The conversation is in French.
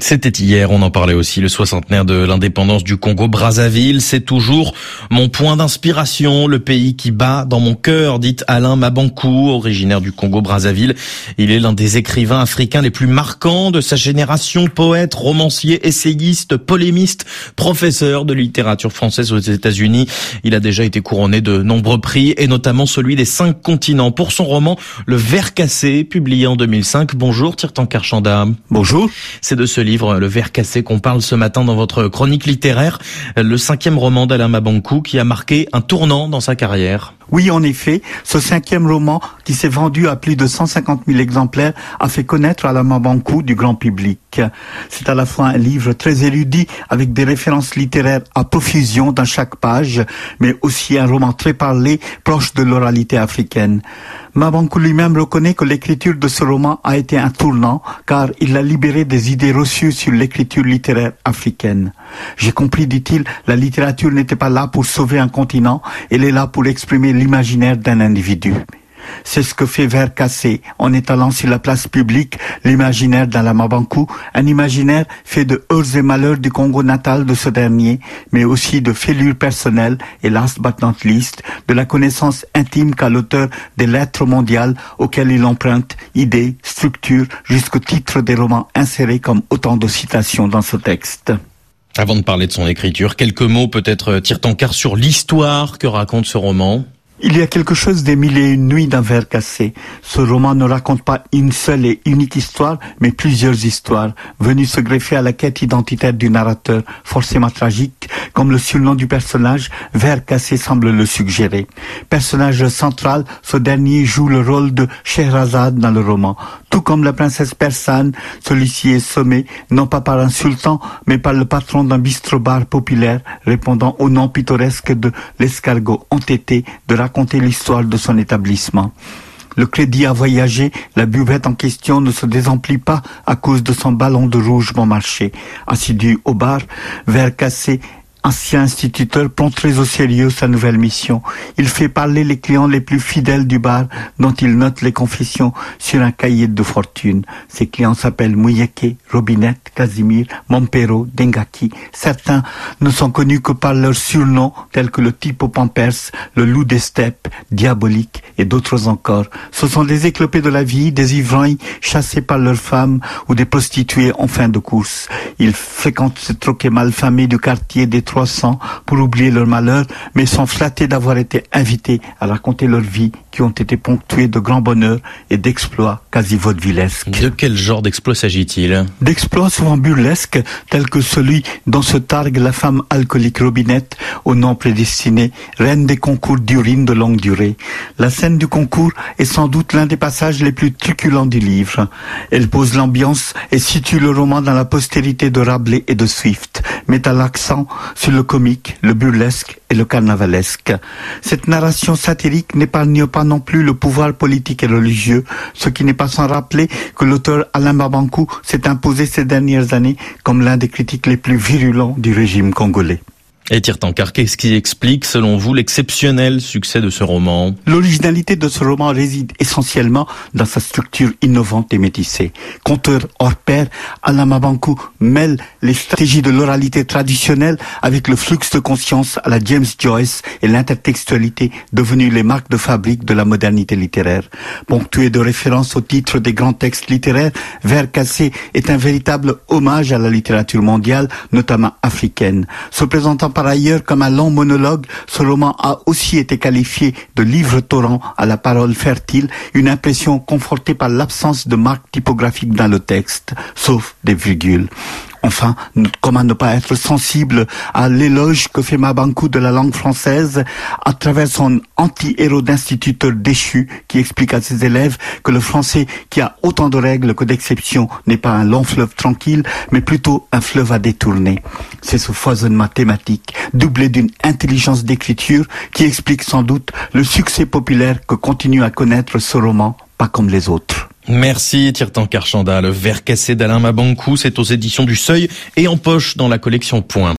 C'était hier, on en parlait aussi, le soixantenaire de l'indépendance du Congo-Brazzaville. C'est toujours mon point d'inspiration, le pays qui bat dans mon cœur, dit Alain Mabankou, originaire du Congo-Brazzaville. Il est l'un des écrivains africains les plus marquants de sa génération, poète, romancier, essayiste, polémiste, professeur de littérature française aux États-Unis. Il a déjà été couronné de nombreux prix, et notamment celui des 5 continents pour son roman Le Ver cassé, publié en 2005. Bonjour Tirtan Karchanda. Bonjour. C'est de ce livre, Le Ver cassé, qu'on parle ce matin dans votre chronique littéraire, le 5e roman d'Alain Mabankou qui a marqué un tournant dans sa carrière. Oui, en effet, ce 5e roman qui s'est vendu à plus de 150 000 exemplaires a fait connaître Alain Mabankou du grand public. C'est à la fois un livre très érudit avec des références littéraires à profusion dans chaque page, mais aussi un roman très parlé, proche de l'oralité africaine. Mabankou lui-même reconnaît que l'écriture de ce roman a été un tournant, car il a libéré des idées reçues sur l'écriture littéraire africaine. J'ai compris, dit-il, la littérature n'était pas là pour sauver un continent, elle est là pour exprimer l'imaginaire d'un individu. C'est ce que fait Ver cassé, en étalant sur la place publique l'imaginaire d'Alain Mabankou, un imaginaire fait de heurts et malheurs du Congo natal de ce dernier, mais aussi de fêlures personnelles et last but not least, de la connaissance intime qu'a l'auteur des lettres mondiales auxquelles il emprunte idées, structures, jusqu'au titre des romans insérés comme autant de citations dans ce texte. Avant de parler de son écriture, quelques mots peut-être, Tirtan Kar, sur l'histoire que raconte ce roman. Il y a quelque chose des 1001 nuits d'un Ver cassé. Ce roman ne raconte pas une seule et unique histoire, mais plusieurs histoires, venues se greffer à la quête identitaire du narrateur, forcément tragique, comme le surnom du personnage, Ver cassé semble le suggérer. Personnage central, ce dernier joue le rôle de Scheherazade dans le roman. Tout comme la princesse persane, celui-ci est sommé, non pas par un sultan, mais par le patron d'un bistrot-bar populaire, répondant au nom pittoresque de l'escargot entêté, de raconter l'histoire de son établissement. Le crédit à voyager, la buvette en question ne se désemplit pas à cause de son ballon de rouge bon marché. Assidu au bar, Ver cassé, ancien instituteur, prend très au sérieux sa nouvelle mission. Il fait parler les clients les plus fidèles du bar, dont il note les confessions sur un cahier de fortune. Ces clients s'appellent Mouyeke, Robinette, Casimir, Mompero, Dengaki. Certains ne sont connus que par leurs surnoms, tels que le type aux Pampers, le loup des steppes, Diabolique et d'autres encore. Ce sont des éclopés de la vie, des ivrognes chassés par leurs femmes ou des prostituées en fin de course. Ils fréquentent ce troquet malfamé du quartier des 300 pour oublier leur malheur, mais sont flattés d'avoir été invités à raconter leur vie qui ont été ponctuées de grands bonheurs et d'exploits quasi vaudevillesques. De quel genre d'exploit s'agit-il? D'exploits souvent burlesques, tels que celui dont se targue la femme alcoolique Robinette, au nom prédestiné, reine des concours d'urine de longue durée. La scène du concours est sans doute l'un des passages les plus truculents du livre. Elle pose l'ambiance et situe le roman dans la postérité de Rabelais et de Swift, mettant l'accent sur le comique, le burlesque et le carnavalesque. Cette narration satirique n'épargne pas non plus le pouvoir politique et religieux, ce qui n'est pas sans rappeler que l'auteur Alain Mabankou s'est imposé ces dernières années comme l'un des critiques les plus virulents du régime congolais. Et Tirtan Kar, qu'est-ce qui explique, selon vous, l'exceptionnel succès de ce roman? L'originalité de ce roman réside essentiellement dans sa structure innovante et métissée. Conteur hors pair, Alain Mabankou mêle les stratégies de l'oralité traditionnelle avec le flux de conscience à la James Joyce et l'intertextualité devenues les marques de fabrique de la modernité littéraire. Ponctué de références au titre des grands textes littéraires, Ver cassé est un véritable hommage à la littérature mondiale, notamment africaine. Se présentant par ailleurs comme un long monologue, ce roman a aussi été qualifié de livre torrent à la parole fertile, une impression confortée par l'absence de marques typographiques dans le texte, sauf des virgules. Enfin, comment ne pas être sensible à l'éloge que fait Mabankou de la langue française à travers son anti-héros d'instituteur déchu qui explique à ses élèves que le français, qui a autant de règles que d'exceptions, n'est pas un long fleuve tranquille, mais plutôt un fleuve à détourner. C'est ce foisonnement thématique, doublé d'une intelligence d'écriture, qui explique sans doute le succès populaire que continue à connaître ce roman, pas comme les autres. Merci Tirtan Karchanda. Le Ver cassé d'Alain Mabankou, c'est aux éditions du Seuil et en poche dans la collection Point.